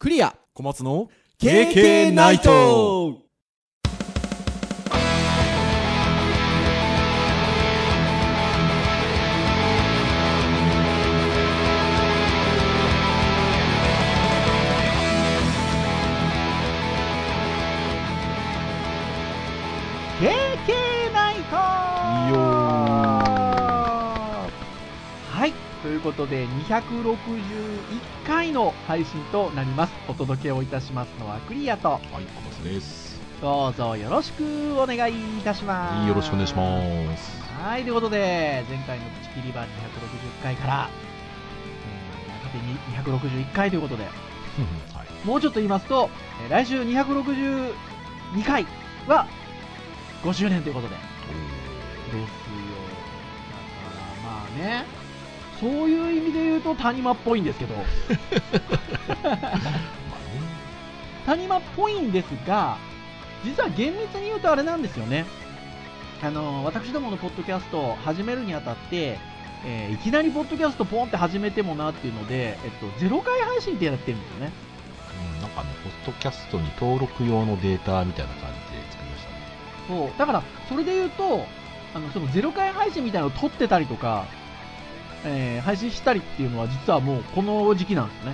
クリア小松の KK ナイト。 KK ナイトはい、ということで261回の配信となります。お届けをいたしますのはクリアと、 はい、小松です。 どうぞよろしくお願いいたします。 よろしくお願いします。 はい、ということで前回のプチ切り版260回から、261回ということで、 はい、 もうちょっと言いますと、来週262回は5周年ということでですよ。だからまあね、そういう意味で言うと谷間っぽいんですけど谷間っぽいんですが、実は厳密に言うとあれなんですよね。私どものポッドキャストを始めるにあたって、いきなりポッドキャストポンって始めてもなっていうので、0回配信ってやってるんですよね。 なんかね、ポッドキャストに登録用のデータみたいな感じで作りましたね。 そうだからそれで言うと、その0回配信みたいなのを撮ってたりとか、配信したりっていうのは実はもうこの時期なんですね。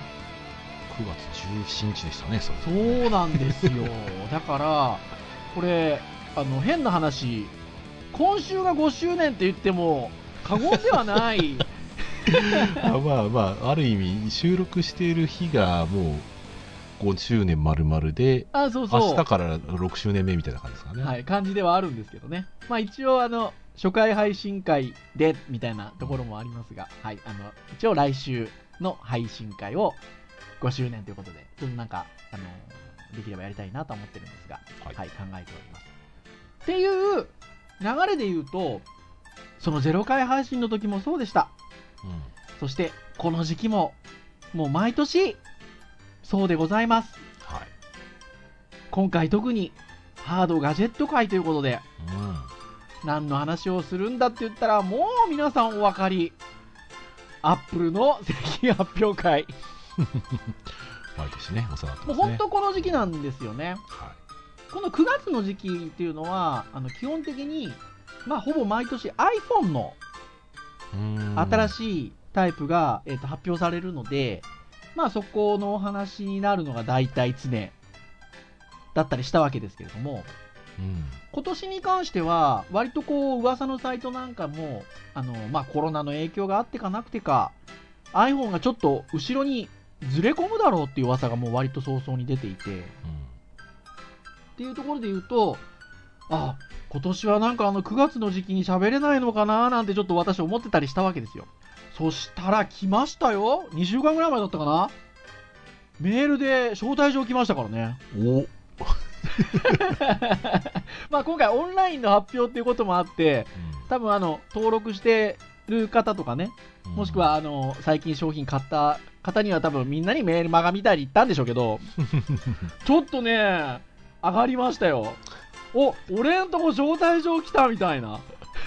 9月17日でしたね、それ。 そうなんですよだからこれ変な話、今週が5周年って言っても過言ではないまあまあ、ある意味収録している日がもう5周年丸々で、 そうそう、 明日から6周年目みたいな感じですかね。 はい、感じではあるんですけどね。まあ一応初回配信会でみたいなところもありますが、はい、一応来週の配信会を5周年ということで、ちょっとなんかできればやりたいなと思ってるんですが、 はい、 はい、考えております。っていう流れで言うと、その0回配信の時もそうでした。そしてこの時期ももう毎年そうでございます。 はい、 今回特にハードガジェット会ということで、何の話をするんだって言ったらもう皆さんお分かり、アップルの製品発表会毎年ね、お世話になってますね。 もう本当この時期なんですよね。 はい、 この9月の時期っていうのは基本的に、まあ、ほぼ毎年 iPhone の新しいタイプが、発表されるので、まあ、そこのお話になるのが大体常だったりしたわけですけれども、今年に関しては割とこう噂のサイトなんかもまあ、コロナの影響があってかなくてか iPhone がちょっと後ろにずれ込むだろうっていう噂がもう割と早々に出ていて、っていうところで言うと、今年はなんか9月の時期に喋れないのかななんてちょっと私思ってたりしたわけですよ。そしたら来ましたよ。2週間ぐらい前だったかな、メールで招待状来ましたからね。まあ今回オンラインの発表っていうこともあって、多分登録してる方とかね、もしくは最近商品買った方には多分みんなにメールマガみたいに言ったんでしょうけどちょっとね上がりましたよ。俺んとこ招待状来たみたいな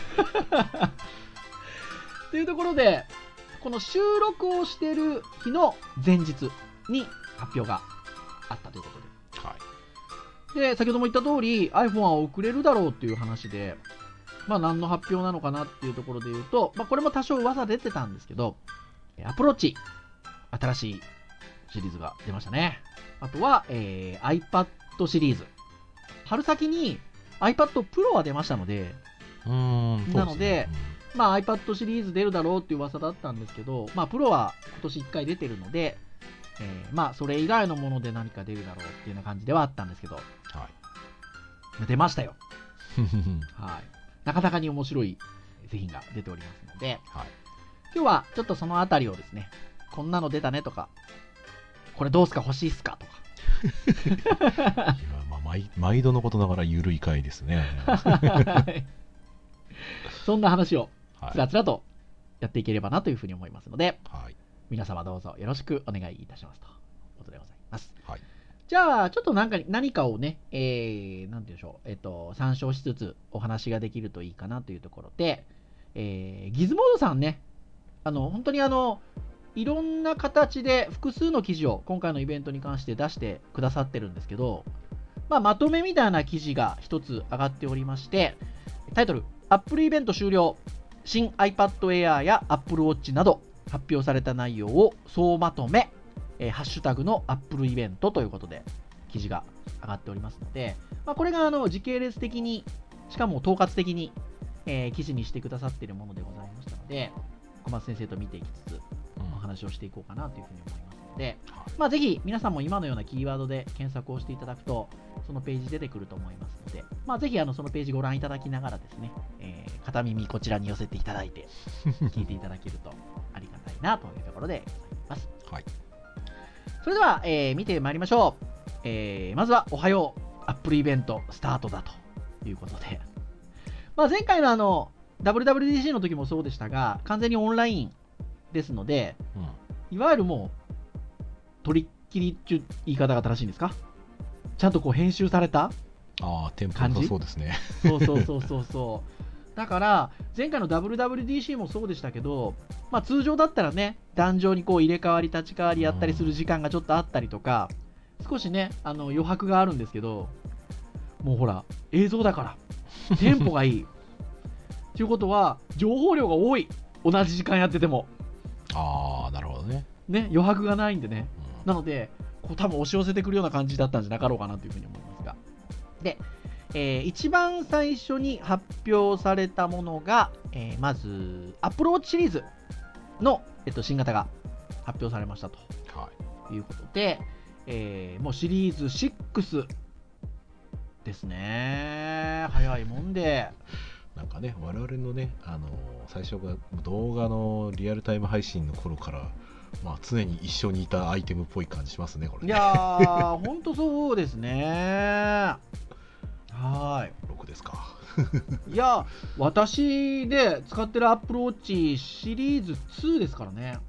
っていうところで、この収録をしてる日の前日に発表があったということで、はい、で先ほども言った通り iPhone は遅れるだろうっていう話で、まあ何の発表なのかなっていうところで言うと、まあ、これも多少噂出てたんですけど、アプローチ新しいシリーズが出ましたね。あとは、iPad シリーズ、春先に iPad Pro は出ましたので、なので、まあ、iPad シリーズ出るだろうっていう噂だったんですけど、まあ、Pro は今年1回出てるので、まあそれ以外のもので何か出るだろうっていうような感じではあったんですけど、はい、出ましたよはい、なかなかに面白い製品が出ておりますので、はい、今日はちょっとそのあたりをですね、こんなの出たねとか、これどうすか欲しいっすかとか毎度のことながら緩い回ですねそんな話をつらつらとやっていければなというふうに思いますので、はい、皆様どうぞよろしくお願いいたしますということでございます。はい、じゃあちょっと何かをね、なんていうんでしょう、参照しつつお話ができるといいかなというところで、ギズモードさんね、本当にいろんな形で複数の記事を今回のイベントに関して出してくださってるんですけど、まとめみたいな記事が一つ上がっておりまして、タイトル、Apple イベント終了、新 iPad Air や Apple Watch など発表された内容を総まとめ、ハッシュタグの Apple イベントということで記事が上がっておりますので、これが時系列的に、しかも統括的に、記事にしてくださっているものでございましたので、小松先生と見ていきつつお話をしていこうかなというふうに思いますので、ぜひ皆さんも今のようなキーワードで検索をしていただくとそのページ出てくると思いますので、ぜひそのページご覧いただきながらですね、片耳こちらに寄せていただいて聞いていただけるとありがたいなというところでございます。はい、それでは、見てまいりましょう。まずはおはようアップルイベントスタートだということで、前回のWWDC の時もそうでしたが、完全にオンラインですので、いわゆるもう取り切りっていう言い方が正しいんですか？ちゃんとこう編集された感じ。 そうですね。 そうだから前回の WWDC もそうでしたけど、通常だったらね、壇上にこう入れ替わり立ち替わりやったりする時間がちょっとあったりとか、少しね余白があるんですけど、もうほら映像だからテンポがいいということは情報量が多い、同じ時間やってても。 なるほどね。 余白がないんでね、なのでこう多分押し寄せてくるような感じだったんじゃなかろうかなというふうに思いますが、で、一番最初に発表されたものが、まず Apple Watch シリーズの、新型が発表されましたと、いうことで、もうシリーズ6ですね。早いもんでなんかね、我々のね、最初が動画のリアルタイム配信の頃から、常に一緒にいたアイテムっぽい感じしますね、これね。 いやー、ほんとそうですね。 6ですか。 いや、私で使ってる Apple Watch シリーズ2ですからね。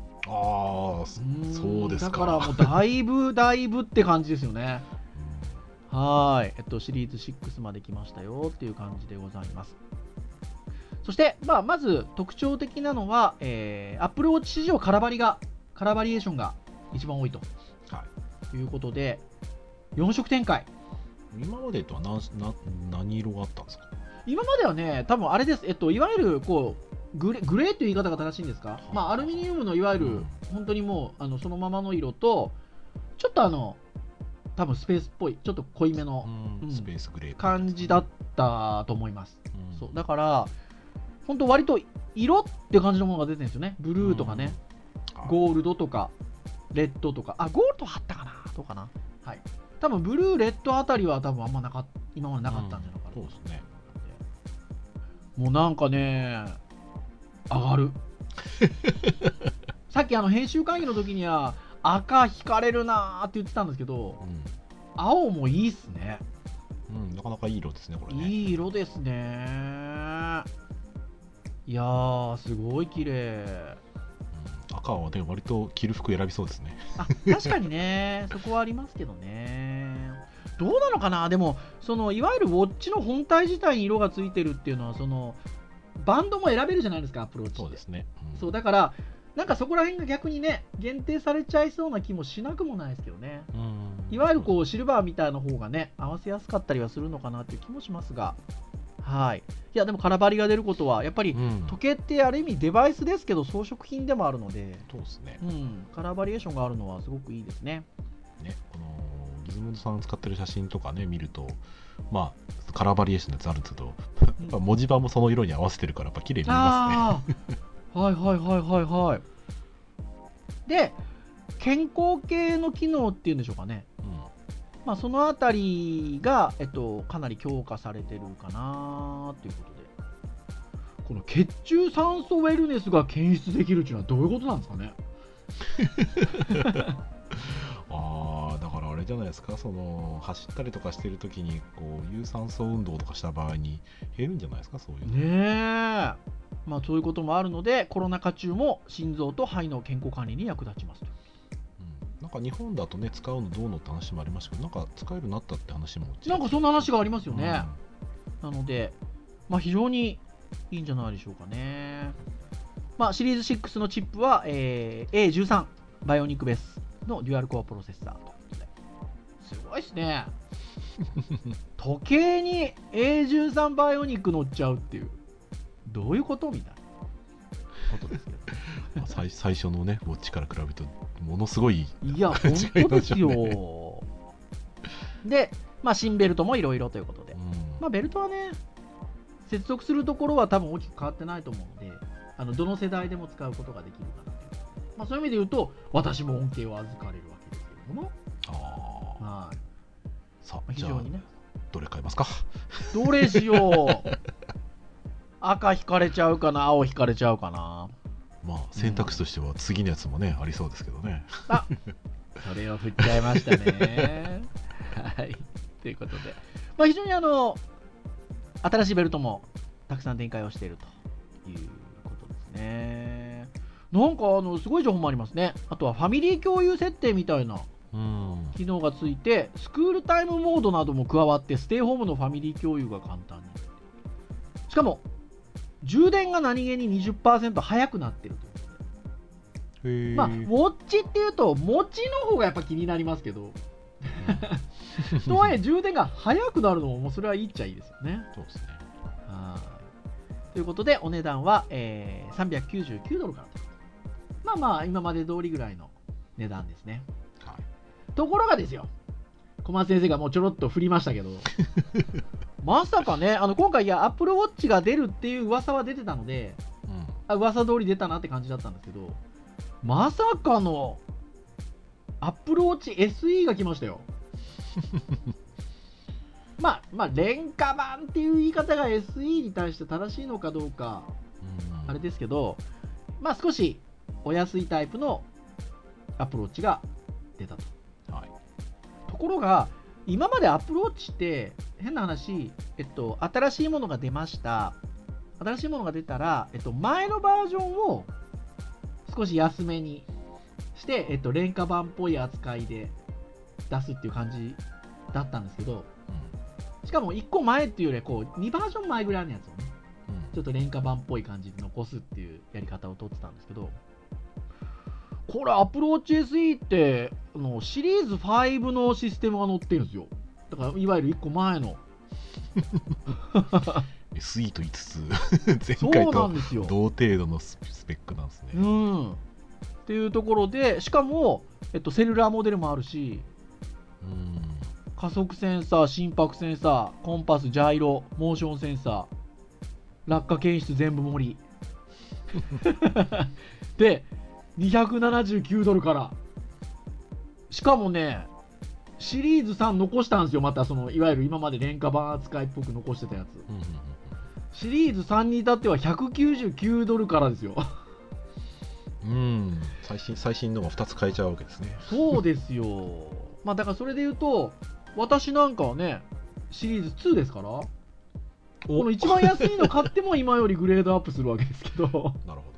そうですか。 だからもうだいぶって感じですよね。シリーズ6まで来ましたよっていう感じでございます。そして、まず特徴的なのは、Apple Watch 史上カラーバリエーションが一番多いと、いうことで、4色展開。 今までとは何色があったんですか？ 今まではね、多分あれです。いわゆるこうグレーという言い方が正しいんですか？アルミニウムのいわゆる、本当にもうそのままの色と、ちょっと多分スペースっぽい、ちょっと濃いめの、 スペースグレー感じだったと思います。そうだから本当割と色って感じのものが出てるんですよね。ブルーとかね、ゴールドとかレッドとか、ゴールドあったかな、どうかな。多分ブルーレッドあたりは多分あんま今までなかったんじゃないかな。 そうですね。 もうなんかね、上がる。さっき編集会議の時には赤引かれるなーって言ってたんですけど、青もいいっすね。 なかなかいい色ですね、これね。 いい色ですね。いやー、すごい綺麗。 赤はね、割と着る服選びそうですね。 確かにね、そこはありますけどね。どうなのかな。でもいわゆるウォッチの本体自体に色がついてるっていうのは、バンドも選べるじゃないですか、アプローチって。 そうですね。 そうだからなんかそこら辺が逆にね、限定されちゃいそうな気もしなくもないですけどね。いわゆるこうシルバーみたいな方がね、合わせやすかったりはするのかなっていう気もしますが、いやでもカラバリが出ることはやっぱり、時計ってある意味デバイスですけど装飾品でもあるので、 そうですね。 カラーバリエーションがあるのはすごくいいですね。 このギズモンドさん使ってる写真とかね見ると、カラーバリエーションのやつあるんですけど、文字盤もその色に合わせてるからやっぱ綺麗に見えますね。 で、健康系の機能っていうんでしょうかね。そのあたりが、かなり強化されてるかなということで、この血中酸素ウェルネスが検出できるっていうのはどういうことなんですかね。 だからあれじゃないですか、走ったりとかしてるときにこう有酸素運動とかした場合に減るんじゃないですか、そういうのね。そういうこともあるので、コロナ禍中も心臓と肺の健康管理に役立ちますと。 なんか日本だとね、使うのどうのって話もありましたけど、なんか使えるようになったって話もなんかそんな話がありますよね。なので、非常にいいんじゃないでしょうかね。 シリーズ6のチップは、A13 バイオニックベースのデュアルコアプロセッサーということで、すごいですね。時計に A13 バイオニック乗っちゃうっていう、どういうことみたいなことですけど最初のねウォッチから比べるとものすごいいや本当ですよ。で、新ベルトもいろいろということで、ベルトはね接続するところは多分大きく変わってないと思うので、どの世代でも使うことができるかなと、そういう意味で言うと私も恩恵を預かれるわけですけれども、はい、 さあ非常にね、 どれ買いますか。 どれしよう。赤引かれちゃうかな、青引かれちゃうかな。 選択肢としては次のやつもね、ありそうですけどね。 それを振っちゃいましたね。はい、ということで、非常に新しいベルトもたくさん展開をしているということですね。なんかすごい情報もありますね。あとはファミリー共有設定みたいな機能がついて、スクールタイムモードなども加わってステイホームのファミリー共有が簡単に、しかも充電が何気に 20% 早くなってるということで、ウォッチっていうと持ちの方がやっぱ気になりますけどとはいえ充電が早くなるのもそれはいいっちゃいいですよね。 そうですね。 ということでお値段は、399ドルからと、今まで通りぐらいの値段ですね。ところがですよ、小松先生がもうちょろっと振りましたけどまさかね、今回Apple Watch が出るっていう噂は出てたので、噂通り出たなって感じだったんですけど、まさかの Apple Watch SE が来ましたよ。廉価版っていう言い方が SE に対して正しいのかどうかあれですけど、少しお安いタイプの Apple Watch が出たと。ところが今まで Apple Watch って変な話、新しいものが出ました。新しいものが出たら、前のバージョンを少し安めにして、廉価版っぽい扱いで出すっていう感じだったんですけど、しかも1個前っていうよりは2バージョン前ぐらいのやつをね、ちょっと廉価版っぽい感じで残すっていうやり方を取ってたんですけど、これ Apple Watch SE ってシリーズ5のシステムが載ってるんですよ。だからいわゆる1個前の SE と言いつつ前回と同程度のスペックなんですね。 っていうところで、しかも、セルラーモデルもあるし、加速センサー、心拍センサー、コンパス、ジャイロ、モーションセンサー、落下検出全部盛りで279ドルから、しかもねシリーズ3残したんですよ。またいわゆる今まで廉価版扱いっぽく残してたやつ、シリーズ3に至っては199ドルからですよ。 最新のが2つ買えちゃうわけですね。 そうですよ。だからそれで言うと私なんかはねシリーズ2ですから、この一番安いの買っても今よりグレードアップするわけですけどなるほど。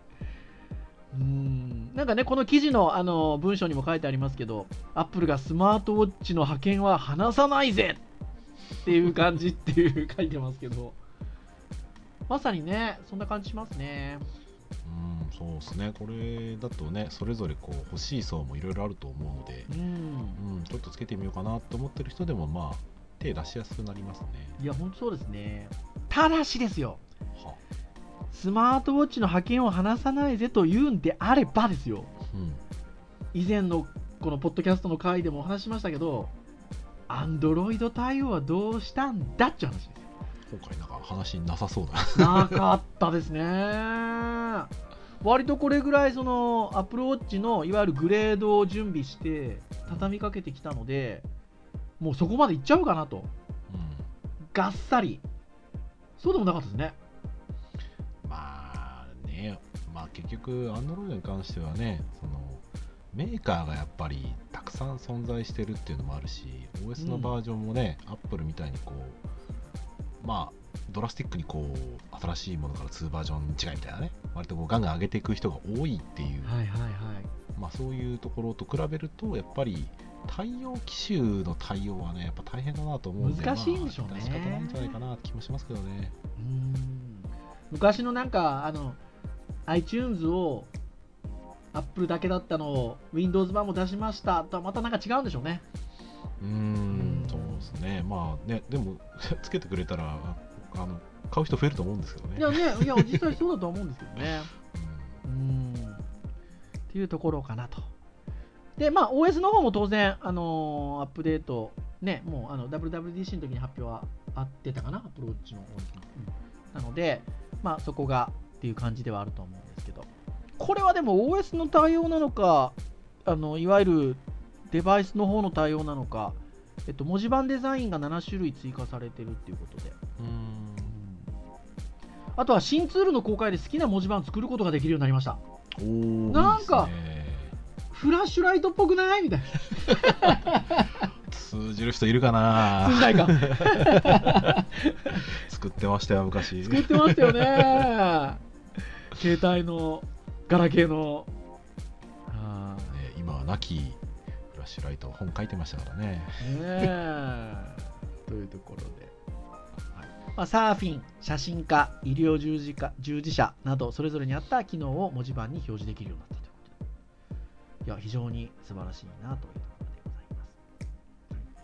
なんかね、この記事の、文章にも書いてありますけど、アップルがスマートウォッチの覇権は離さないぜっていう感じっていう書いてますけど、まさにねそんな感じしますね。 そうですね。これだとね、それぞれ欲しい層もいろいろあると思うので、ちょっとつけてみようかなと思ってる人でも手出しやすくなりますね。いや本当そうですね。ただしですよ、スマートウォッチの覇権を離さないぜというんであればですよ、以前のこのポッドキャストの回でもお話しましたけど、Android 対応はどうしたんだって話ですよ。 今回なんか話なさそうだなかったですね。割とこれぐらいApple Watch のいわゆるグレードを準備して畳みかけてきたので、もうそこまでいっちゃうかなと、がっさり。そうでもなかったですね。 結局 Android に関してはね、メーカーがやっぱりたくさん存在してるっていうのもあるし、 OS のバージョンもね、Apple みたいにドラスティックに新しいものから2バージョン違いみたいなね、割とガンガン上げていく人が多いっていう、そういうところと比べるとやっぱり対応機種の対応はねやっぱ大変だなと思うんで、 難しいんでしょうね。 仕方ないんじゃないかなって気もしますけどね。 昔のなんか iTunes を Apple だけだったのを Windows 版も出しましたとはまたなんか違うんでしょうね。 そうですね。まあね、でもつけてくれたら買う人増えると思うんですけどね。 いや実際そうだと思うんですけどね。っていうところかなと。で、まあ OS の方も当然アップデートね、もうWWDC の時に発表はあってたかな、アプローチの方に、なので、まあそこがっていう感じではあると思うんですけど、これはでも OS の対応なのか、いわゆるデバイスの方の対応なのか、文字盤デザインが7種類追加されてるっていうことで、あとは新ツールの公開で好きな文字盤作ることができるようになりました。なんかフラッシュライトっぽくないみたいな通じる人いるかな。 通じないか作ってましたよ、昔。 作ってましたよね携帯のガラケーの今はなきフラッシュライト本書いてましたからね。 というところで、まあ、サーフィン、写真家、医療従事者などそれぞれにあった機能を文字盤に表示できるようになったということで、いや非常に素晴らしいなというところでございます。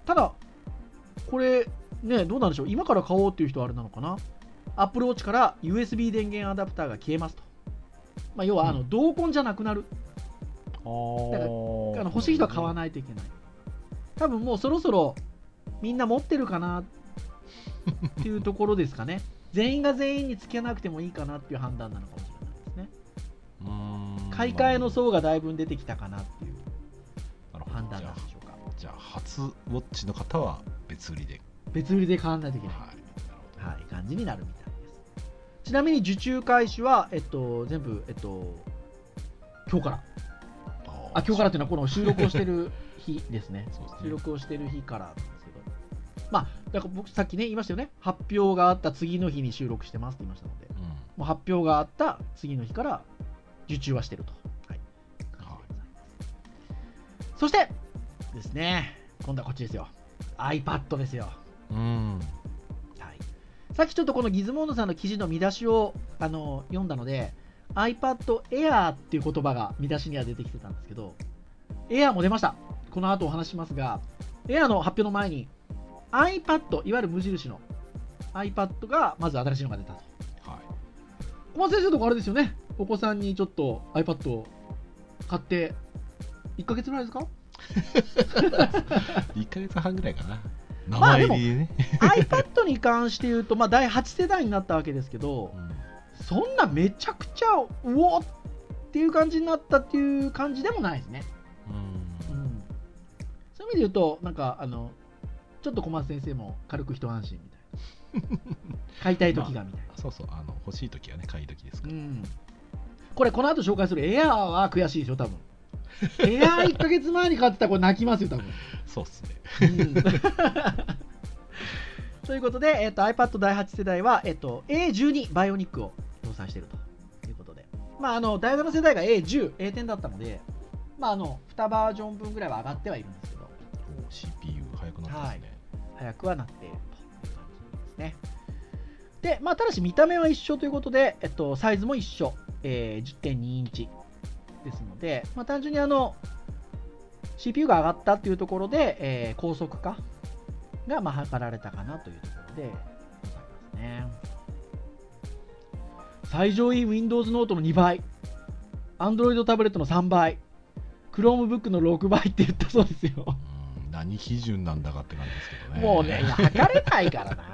ただこれね、どうなんでしょう、今から買おうっていう人はあれなのかな、Apple Watch から USB 電源アダプターが消えますと、まあ、要は同梱じゃなくなる、だから欲しい人は買わないといけない。多分もうそろそろみんな持ってるかなっていうところですかね。全員が全員につけなくてもいいかなっていう判断なのかもしれないですね。買い替えの層がだいぶ出てきたかなっていう判断なんでしょうか。 じゃあ初ウォッチの方は別売りで買わないといけない、感じになるみたいです。ちなみに受注開始は、全部、今日から今日からっていうのはこの収録をしてる日ですね。収録をしてる日からなんですけど、まあだから僕さっきね言いましたよね、発表があった次の日に収録してますって言いましたので、もう発表があった次の日から受注はしてると、そしてですね、今度はこっちですよ、 iPad ですよ。さっきちょっとこのギズモードさんの記事の見出しを読んだので、iPad Air っていう言葉が見出しには出てきてたんですけど、 Air も出ました。この後お話しますが、 Air の発表の前に iPad、 いわゆる無印の iPad がまず新しいのが出たと。小松先生のとこあれですよね、お子さんにちょっと iPad を買って1ヶ月ぐらいですか 1ヶ月半ぐらいかな、名前入りでね、 iPad に関して言うと、第8世代になったわけですけど、そんなめちゃくちゃうおっていう感じになったっていう感じでもないですね。そういう意味で言うと、なんかちょっと小松先生も軽く一安心みたいな買いたい時がみたいな、 そうそう、欲しい時はね買い時ですから、 この後紹介するエアーは悔しいですよ多分。エアー1ヶ月前に買ってたらこれ泣きますよ多分。 そうっすね、 ということで、iPad 第8世代は、A12 バイオニックを搭載しているということで、第7世代が A10、A10 だったので、2バージョン分ぐらいは上がってはいるんですけど、 CPU 速くなってますね、 速くはなっているという感じですね。で、ただし見た目は一緒ということで、サイズも一緒、10.2 インチですので、単純にCPU が上がったというところで、高速化が図られたかなというところでございますね。最上位 Windows ノートの2倍、Android タブレットの3倍、Chromebook の6倍って言ったそうですよ。 何基準なんだかって感じですけどね。 もうね、測れないからな。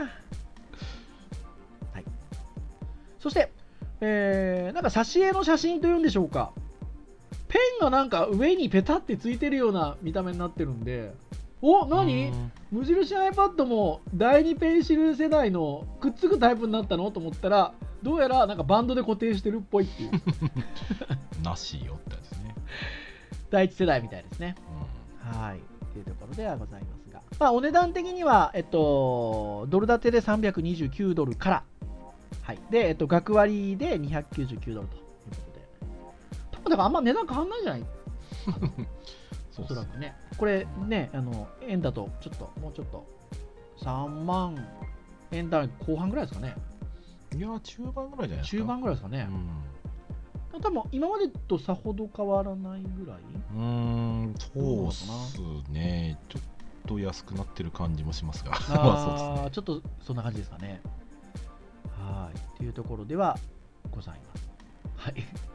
そして、なんか挿絵の写真というんでしょうか、ペンがなんか上にペタってついてるような見た目になってるんで、何無印 iPad も第2ペンシル世代のくっつくタイプになったのと思ったら、どうやらなんかバンドで固定してるっぽいっていうなしよってやつですね。 第1世代みたいですね、というところではございますが、お値段的には、ドル建てで329ドルから、で、学割で299ドルということで、多分だからあんま値段変わんないんじゃないおそらくね。これね、円だともうちょっと3万円台後半ぐらいですかね。 いや、中盤ぐらいじゃないですか。 中盤ぐらいですかね。 多分今までとさほど変わらないぐらい。 そうっすね。ちょっと安くなってる感じもしますが。 そうですね。ちょっとそんな感じですかね。はい。っていうところではございます。はい。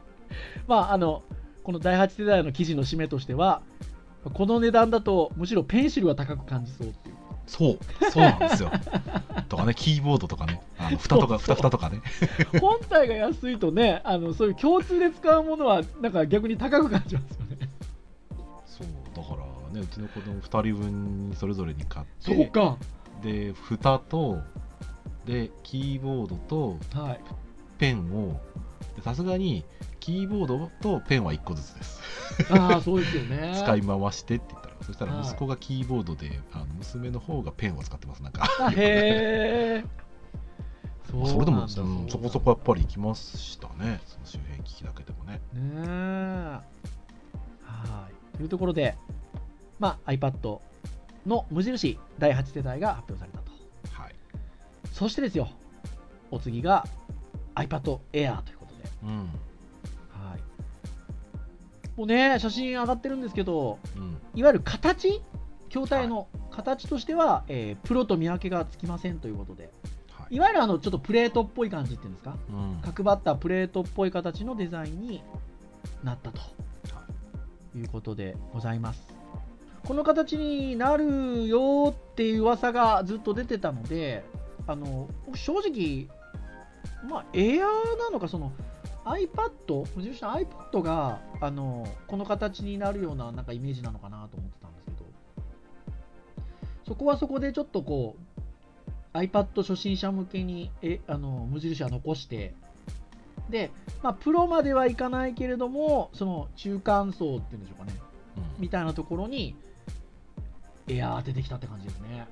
この第8世代の記事の締めとしては、この値段だとむしろペンシルが高く感じそうっていう。 そうなんですよ。とかね、キーボードとかね、蓋とかね。 本体が安いとね、そういう共通で使うものはなんか逆に高く感じますよね。 そうだからね、うちの子供2人分にそれぞれに買って、 そうか。 で蓋とでキーボードとペンを、さすがにキーボードとペンは1個ずつです。 そうですよね。 使い回してって言ったら、そしたら息子がキーボードで、娘の方がペンを使ってます。なんかへえ。 それでもそこそこやっぱり行きましたね、その周辺機器だけでもね。 はいというところで、iPad の無印第8世代が発表されたと。 はい。 そしてですよ、お次が iPad Air ということで、はい。もうね、写真上がってるんですけど、いわゆる筐体の形としては、プロと見分けがつきませんということで、いわゆるちょっとプレートっぽい感じっていうんですか、角張ったプレートっぽい形のデザインになったということでございます。この形になるよっていう噂がずっと出てたので、正直、エアーなのか、その iPad、無印の iPad がこの形になるようななんかイメージなのかなと思ってたんですけど、そこはそこでちょっとこう iPad 初心者向けに無印は残して、で、プロまではいかないけれども、その中間層っていうんでしょうかね、みたいなところにエアー出てきたって感じですね。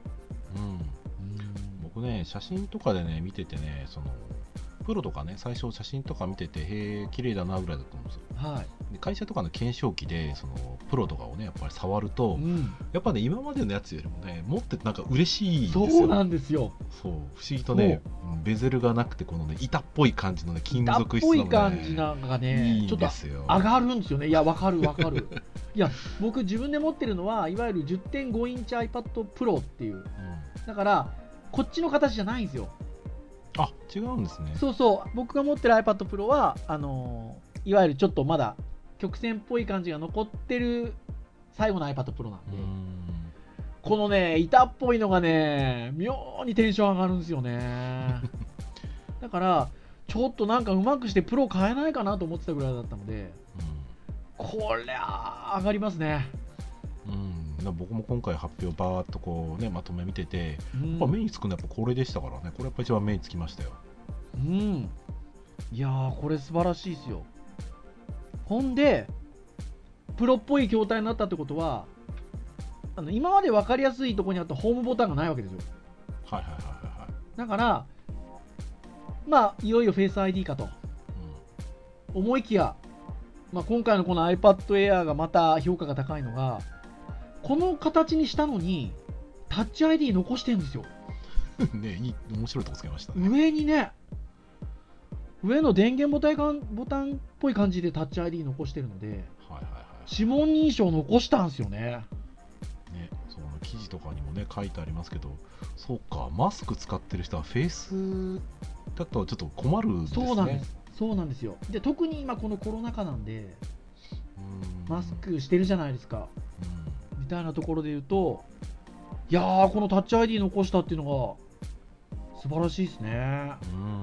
僕ね、写真とかでね見ててね、そのプロとかね、最初写真とか見てて、へえ綺麗だなぐらいだと思うんですよ。で会社とかの検証機でそのプロとかをねやっぱり触ると、やっぱね今までのやつよりもね持ってなんか嬉しいんですよ。 そうなんですよ。 そう不思議とね、ベゼルがなくてこのね板っぽい感じのね金属質のね、 板っぽい感じなんかね、 いいんですよ。 ちょっと上がるんですよね。いやわかる。いや僕自分で持ってるのはいわゆる 10.5 インチ iPad Pro っていう、だからこっちの形じゃないんですよ。 違うんですね。 そう僕が持ってる iPad Pro はいわゆるちょっとまだ曲線っぽい感じが残ってる最後の iPad Pro なんで、このね板っぽいのがね妙にテンション上がるんですよね。だからちょっとなんかうまくしてプロ買えないかなと思ってたぐらいだったので、これは上がりますね。 僕も今回発表バーっとこうねまとめ見てて、やっぱ目につくのはやっぱこれでしたからね。これやっぱ一番目につきましたよ。いやーこれ素晴らしいですよ。ほんでプロっぽい筐体になったってことは、今まで分かりやすいところにあったホームボタンがないわけですよ。だからいよいよフェイス ID かと、思いきや、今回のこの iPad Air がまた評価が高いのが、この形にしたのにタッチ ID 残してるんですよ。 ね、面白いとこつけましたね。 上にね、上の電源ボタンっぽい感じでタッチ ID 残してるので、指紋認証残したんですよね。 その記事とかにもね書いてありますけど、そうか、マスク使ってる人はフェイスだとちょっと困るんですね。 そうなんですよ。で特に今このコロナ禍なんでマスクしてるじゃないですか、みたいなところで言うと、いやーこのタッチ ID 残したっていうのが素晴らしいですね。いや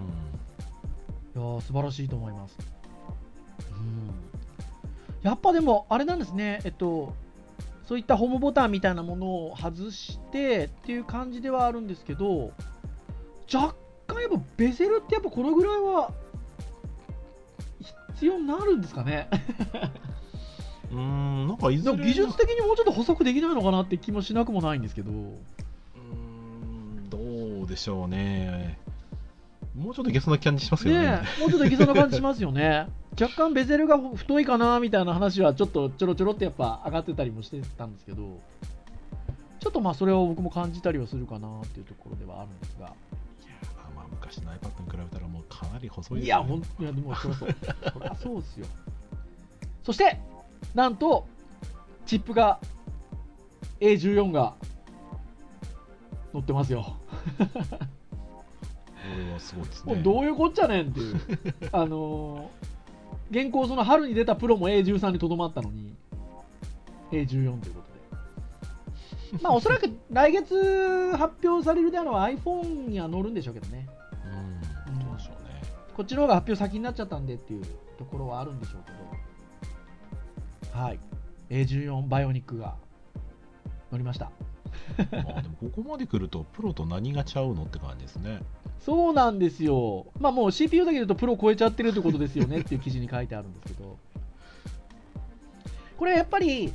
ー素晴らしいと思います。やっぱでもあれなんですね、そういったホームボタンみたいなものを外してっていう感じではあるんですけど、若干やっぱベゼルってやっぱこのぐらいは必要になるんですかね。 なんかいずれ技術的にもうちょっと補足できないのかなって気もしなくもないんですけど、 どうでしょうね。もうちょっといけそうな感じしますよね。 もうちょっといけそうな感じしますよね。若干ベゼルが太いかなみたいな話はちょっとちょろちょろってやっぱ上がってたりもしてたんですけど、ちょっとそれを僕も感じたりはするかなっていうところではあるんですが、 昔の iPad に比べたらもうかなり細いですよね。いや、いやでもそりゃそうですよ。そして、なんと、チップが A14 が乗ってますよ。 これはすごいですね。 もうどういうこっちゃねんっていう。現行その春に出たプロも A13 にとどまったのに A14 ということで、まあおそらく来月発表されるであろう iPhone には乗るんでしょうけどね。 どうでしょうね。 こっちの方が発表先になっちゃったんでっていうところはあるんでしょうけど、はい、A14 バイオニックが乗りました。 まあでもここまで来るとプロと何がちゃうのって感じですね。 そうなんですよ。まあもう CPU だけで言うとプロ超えちゃってるってことですよねっていう記事に書いてあるんですけど、これやっぱり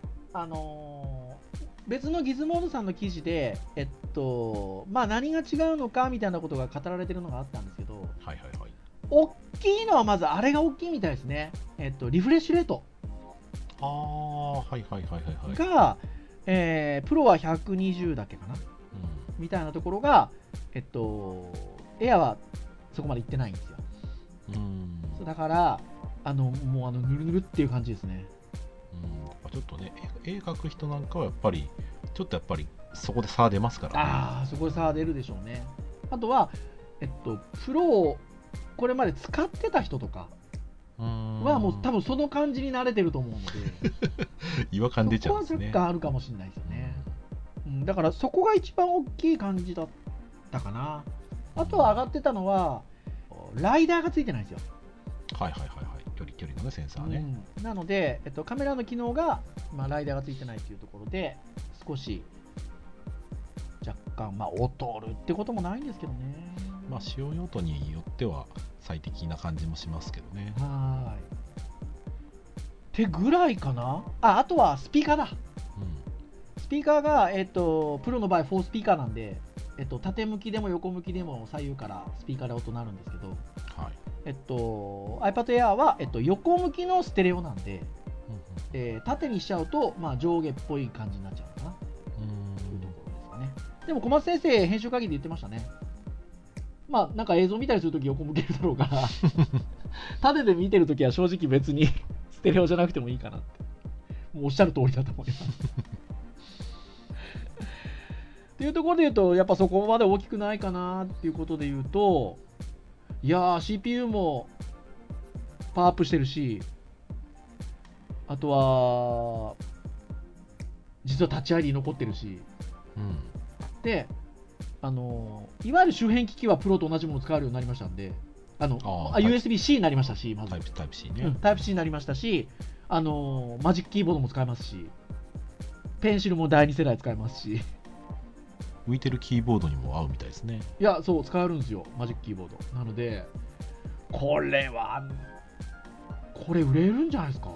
別のギズモードさんの記事でまあ何が違うのかみたいなことが語られてるのがあったんですけど、 はいはいはい。 大きいのはまずあれが大きいみたいですね。リフレッシュレート。 はいはいはいはいはい。 が、プロは120だけかな、みたいなところが、エアはそこまでいってないんですよ。だからもうぬるぬるっていう感じですね。 ちょっとね、絵描く人なんかはやっぱりちょっとやっぱりそこで差出ますからね。 そこで差出るでしょうね。あとはプロをこれまで使ってた人とかはもう多分その感じに慣れてると思うので違和感出ちゃうんですね。 そこは若干あるかもしれないですよね。だからそこが一番大きい感じだったかな。あとは上がってたのはライダーがついてないんですよ。 はいはいはいはい。距離のねセンサーね。 なので、カメラの機能が、ライダーがついてないというところで少し若干劣るってこともないんですけどね。 使用用途によっては最適な感じもしますけどね。 ってぐらいかな。あとはスピーカーだ。スピーカーが、プロの場合4スピーカーなんで、縦向きでも横向きでも左右からスピーカーで音鳴るんですけど、iPad Air は、横向きのステレオなんで、縦にしちゃうと、上下っぽい感じになっちゃうのかなというところですかね。でも小松先生編集会議で言ってましたね。なんか映像見たりするとき横向けるだろうから縦で見てるときは正直別にステレオじゃなくてもいいかなって、もうおっしゃる通りだと思いますっていうところで言うと、やっぱそこまで大きくないかなっていうことで言うと、いやー CPU もパワーアップしてるし、あとは実はタッチ ID 残ってるし、でいわゆる周辺機器はプロと同じものを使えるようになりましたんで、USB-C になりましたし、まずタイプ C ね、 タイプ C になりましたし、マジックキーボードも使えますし、ペンシルも第2世代使えますし、 浮いてるキーボードにも合うみたいですね。 いや、そう使えるんですよ、マジックキーボード。なのでこれ売れるんじゃないですか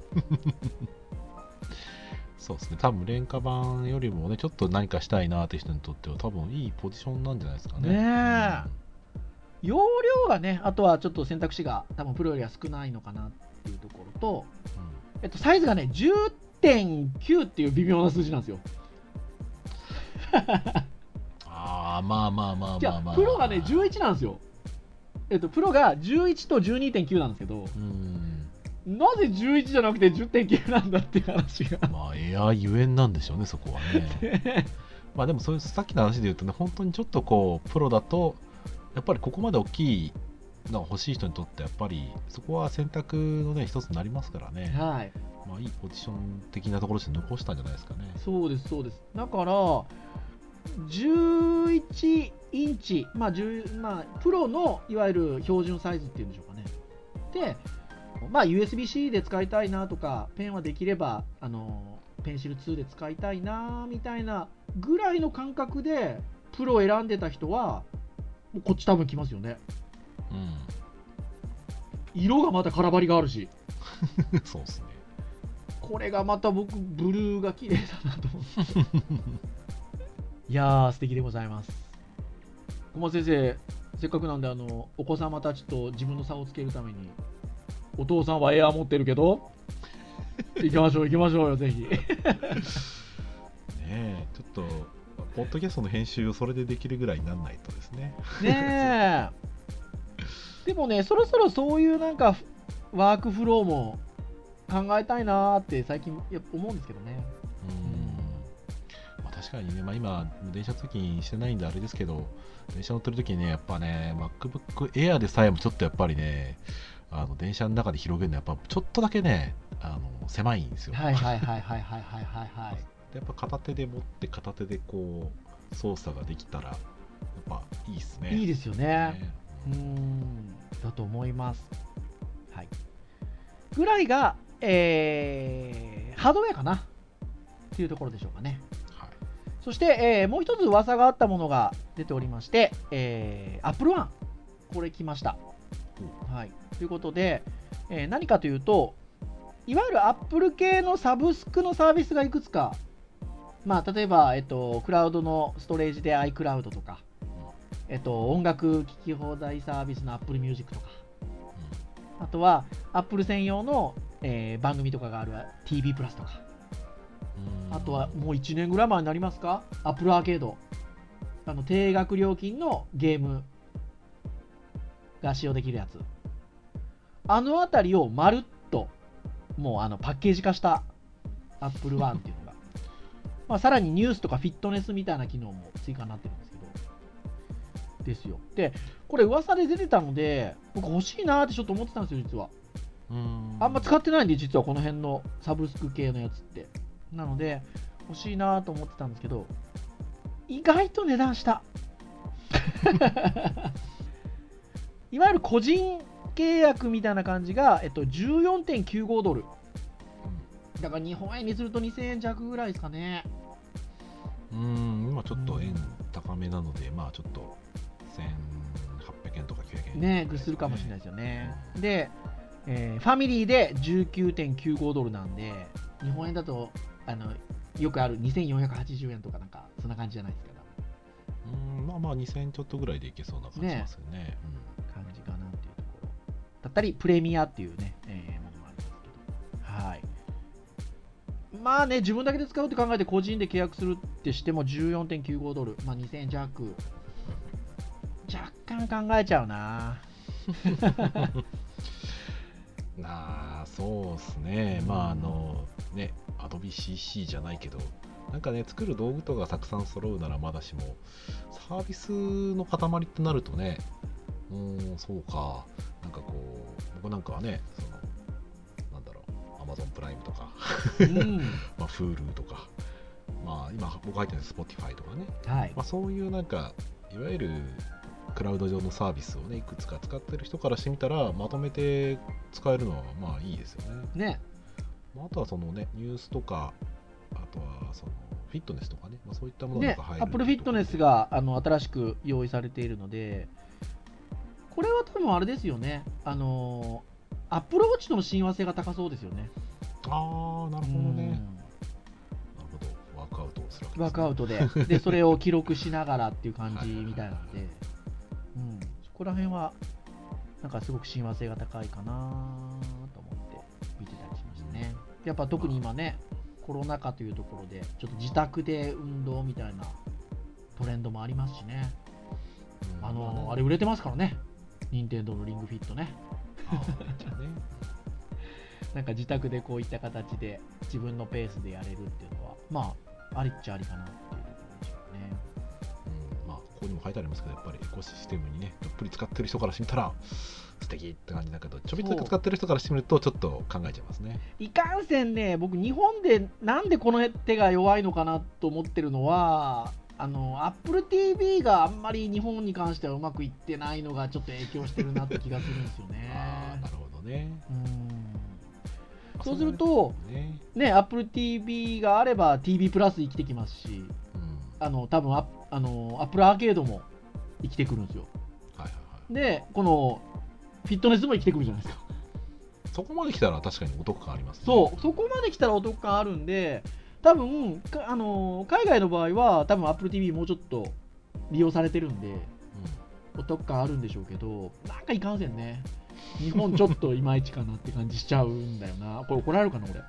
そうですね、多分廉価版よりもねちょっと何かしたいなって人にとっては多分いいポジションなんじゃないですかね。 容量がね、あとはちょっと選択肢が多分プロよりは少ないのかなっていうところと、サイズがね 10.9 っていう微妙な数字なんですよじゃあプロがね11なんですよ。プロが11と 12.9 なんですけど、なぜ11じゃなくて 10.9 なんだっていう話がエアゆえんなんでしょうね、そこはねでもそういうさっきの話で言うとね、本当にちょっとこうプロだとやっぱりここまで大きいのが欲しい人にとってやっぱりそこは選択のね一つになりますからね。いいポジション的なところで残したんじゃないですかね。そうですそうです。だから11インチ、プロのいわゆる標準サイズっていうんでしょうかね。で、USB-C で使いたいなとか、ペンはできればペンシル2で使いたいなみたいなぐらいの感覚でプロを選んでた人はもうこっち多分来ますよね。色がまたカラバリがあるしそうですね。 これがまた僕ブルーが綺麗だなと思っていやー素敵でございます。小松先生、せっかくなんでお子様たちと自分の差をつけるために、お父さんはエアー持ってるけど行きましょうよぜひねえ、ちょっとポッドキャストの編集をそれでできるぐらいにならないとですね。 ねえ。でもね、そろそろそういうなんかワークフローも考えたいなーって最近思うんですけどね。 まあ、確かにね、まあ、今電車通勤してないんであれですけど、電車乗ってる時にね、やっぱね MacBook Air でさえもちょっとやっぱりね、電車の中で広げるのはやっぱちょっとだけね、狭いんですよ。 はいはいはいはいはいはいはい。 やっぱ片手で持って片手でこう操作ができたらやっぱいいですね。 いいですよね。だと思います。はい。ぐらいが、ハードウェアかなっていうところでしょうかね。はい、そして、もう一つ噂があったものが出ておりまして、Apple One これ来ました。はい。ということで、何かというと、いわゆる Apple 系のサブスクのサービスがいくつか、まあ、例えば、クラウドのストレージで iCloud とか、音楽聴き放題サービスの Apple Music とか、あとは Apple 専用の、番組とかがある TV プラスとか、あとはもう1年ぐらい前になりますか、 Apple アーケード、低額料金のゲームが使用できるやつ、あたりをまるっともうパッケージ化した Apple One っていうのがまあさらにニュースとかフィットネスみたいな機能も追加になってるんですけどですよ。でこれ噂で出てたので僕欲しいなーってちょっと思ってたんですよ実は。あんま使ってないんで実はこの辺のサブスク系のやつってなので欲しいなーと思ってたんですけど意外と値段したいわゆる個人契約みたいな感じが、14.95 ドルだから日本円にすると2000円弱ぐらいですかね。 今ちょっと円高めなので、まあちょっと1800円とか900円ねぐするかもしれないですよね。で、ファミリーで 19.95 ドルなんで日本円だとよくある2480円とかなんかそんな感じじゃないですか。 まあまあ2000円ちょっとぐらいでいけそうな感じしますよね。 感じかなっていうところだったりプレミアっていうね、ものもあるんですけど、はい。まあね自分だけで使うって考えて個人で契約するってしても 14.95 ドル、まあ、2000円弱若干考えちゃうなそうですね。まあねAdobe CC じゃないけどなんかね作る道具とかたくさん揃うならまだしもサービスの塊ってなるとねそうかなんかこう僕なんかはねなんだろう Amazon プライムとかまあ Hulu とかまあ今僕入ってるの Spotify とかね、 はいまあ、そういうなんかいわゆるクラウド上のサービスをねいくつか使ってる人からしてみたらまとめて使えるのはまあいいですよね。あとはそのねニュースとかあとはそのフィットネスとかね、まあ、そういったものが入る、 Apple フィットネスが新しく用意されているのでこれは多分あれですよねApple Watch との親和性が高そうですよね。 なるほどね。なるほどワークアウトをするわけですね。 ワークアウトでそれを記録しながらっていう感じみたいなのでそこら辺はなんかすごく親和性が高いかなと思って見てたりしましたね。やっぱ特に今ねコロナ禍というところでちょっと自宅で運動みたいなトレンドもありますしね。あれ売れてますからね任天堂のリングフィットねなんか自宅でこういった形で自分のペースでやれるっていうのはまあありっちゃありかなっていうところでしょうね。 まあここにも書いてありますけどやっぱりエコシステムにねどっぷり使ってる人からしてみたら素敵って感じだけどちょびっとだけ使ってる人からしてみるとちょっと考えちゃいますね。 いかんせんね僕日本でなんでこの手が弱いのかなと思ってるのはApple TV があんまり日本に関してはうまくいってないのがちょっと影響してるなって気がするんですよねなるほどね。 そうするとね Apple TV があれば TV プラス生きてきますし、多分Apple アーケードも生きてくるんですよ。でこのフィットネスも生きてくるじゃないですか。 そこまで来たら確かにお得感ありますね。 そこまで来たらお得感あるんで多分海外の場合は多分 Apple TV もうちょっと利用されてるんで、お得感あるんでしょうけどなんかいかんせんね日本ちょっといまいちかなって感じしちゃうんだよな。これ怒られるかな俺。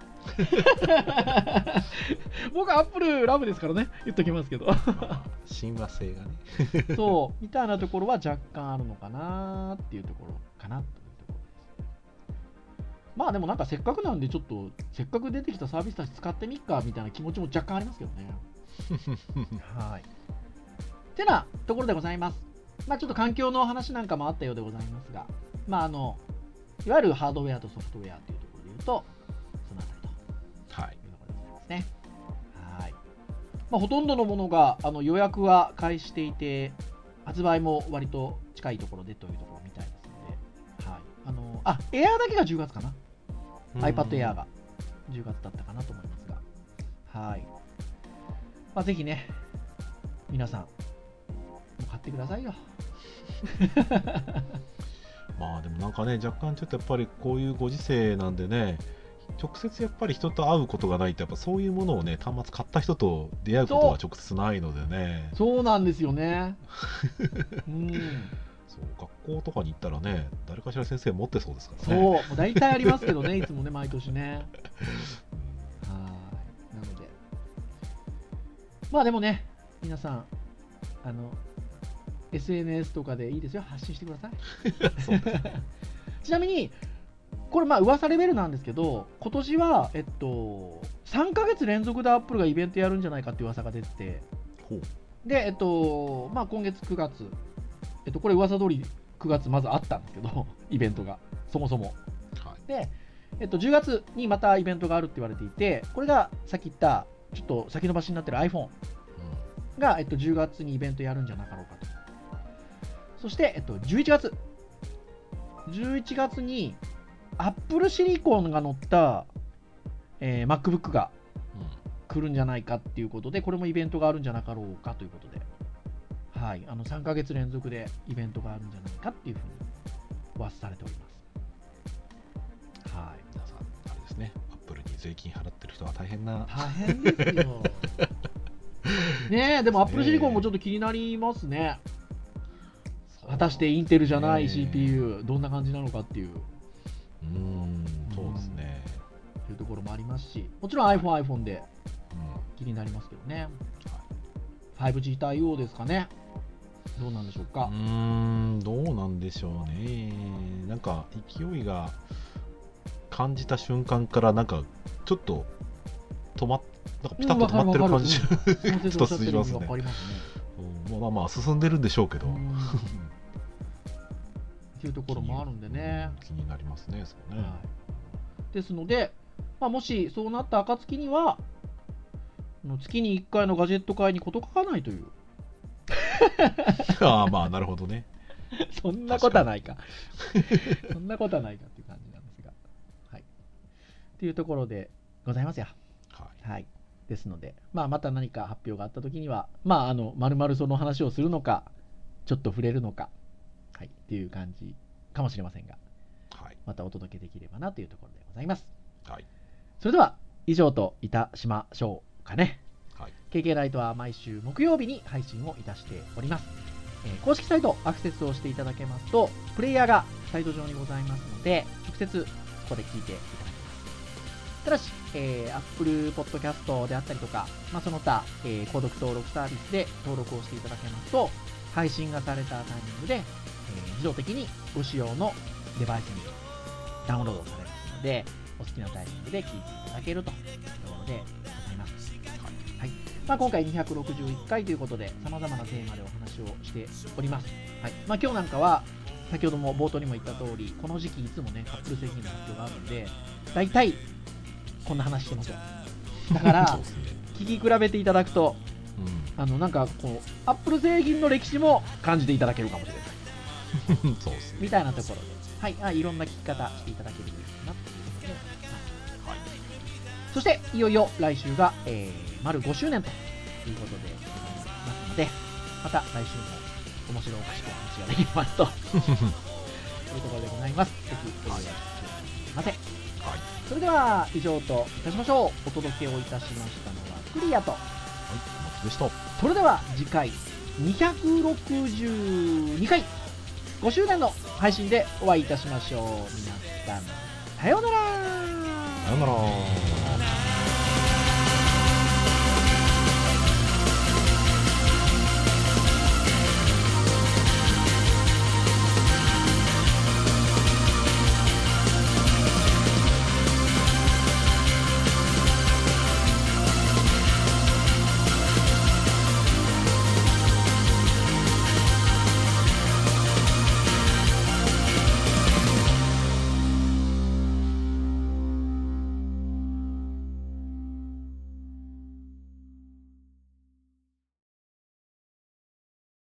僕はアップルラブですからね、言っときますけど。 親和性がね。 そうみたいなところは若干あるのかなっていうところかなというところです。まあでもなんかせっかくなんでちょっとせっかく出てきたサービスたち使ってみっかみたいな気持ちも若干ありますけどね。はい。てなところでございます。まあちょっと環境の話なんかもあったようでございますが、まあいわゆるハードウェアとソフトウェアというところで言うとそのあたりと、はい、いうところでございますね。はい。まあほとんどのものが予約は開始していて、発売も割と近いところでというところみたいですので、はい。エアーだけが10月かな。iPad Air が10月だったかなと思いますが、はい。まあぜひね、皆さん買ってくださいよ。 まあでもなんかね、若干ちょっとやっぱりこういうご時世なんでね、直接やっぱり人と会うことがないと、やっぱそういうものをね、端末買った人と出会うことが直接ないのでね。 そうなんですよね。 そう学校とかに行ったらね、誰かしら先生持ってそうですからね。そう、もう大体ありますけどね、いつもね、毎年ね。はい。なので、まあでもね、皆さんSNS とかでいいですよ、発信してください。そうですね。ちなみにこれまあ噂レベルなんですけど、今年は3ヶ月連続でアップルがイベントやるんじゃないかっていう噂が出てて、でまあ今月9月これ噂通り9月まずあったんですけど、イベントがそもそも、はい、で10月にまたイベントがあるって言われていて、これがさっき言ったちょっと先延ばしになってる iPhone が10月にイベントやるんじゃなかろうかと。そして11月にApple シリコンが乗った、MacBook が来るんじゃないかっていうことで、これもイベントがあるんじゃなかろうかということで、はい、3ヶ月連続でイベントがあるんじゃないかっていうふうに噂されております。はい、 皆さんあれですね、Apple に税金払ってる人は大変ですよ。ねえ、でも Apple シリコンもちょっと気になりますね。果たしてインテルじゃない CPU どんな感じなのかっていう。 そうですね。 というところもありますし、もちろん iPhone で気になりますけどね。5G 対応ですかね。どうなんでしょうか。 どうなんでしょうね。なんか勢いが感じた瞬間からなんかちょっとなんかピタッと止まってる感じがちょっとしますね。まあ進んでるんでしょうけど。 っていうところもあるんでね。 気になりますね。そうね。 ですので、まあ、もしそうなった暁には月に1回のガジェット会に事欠かないという。 ああ、まあなるほどね。 そんなことはないか。そんなことはないかっていう感じなんですが、はい。っていうところでございますよ。はい。ですので、まあまた何か発表があった時には、まあ丸々その話をするのか、ちょっと触れるのか、はい、っていう感じかもしれませんが、はい、またお届けできればなというところでございます。はい。それでは以上といたしましょうかね。はい、KK ライトは毎週木曜日に配信をいたしております。公式サイトアクセスをしていただけますと、プレイヤーがサイト上にございますので、直接そこで聞いていただけます。ただし、Apple Podcast であったりとか、まあ、その他、購読登録サービスで登録をしていただけますと、配信がされたタイミングで、自動的にご使用のデバイスにダウンロードされますので、お好きなタイミングで聞いていただけるというところでございます。はい。まあ、今回261回ということで、様々なテーマでお話をしております。はい。まあ、今日なんかは、先ほども冒頭にも言った通り、この時期いつもね、Apple製品の発表があるんで、大体、こんな話してますよ。だから、聞き比べていただくと、なんかこう、Apple 製品の歴史も感じていただけるかもしれない。そうですね。みたいなところで、はい、いろんな聞き方していただけるといいかなということで、はい。そして、いよいよ来週が、丸5周年ということでございますので、また来週も面白おかしく話ができますというところでございます。ぜひご利用してくださいませ。はい。それでは以上といたしましょう。お届けをいたしましたのはクリアと、はい、 松でした。 それでは次回262回 5周年の配信でお会いいたしましょう。皆さん、さようなら。 さようなら。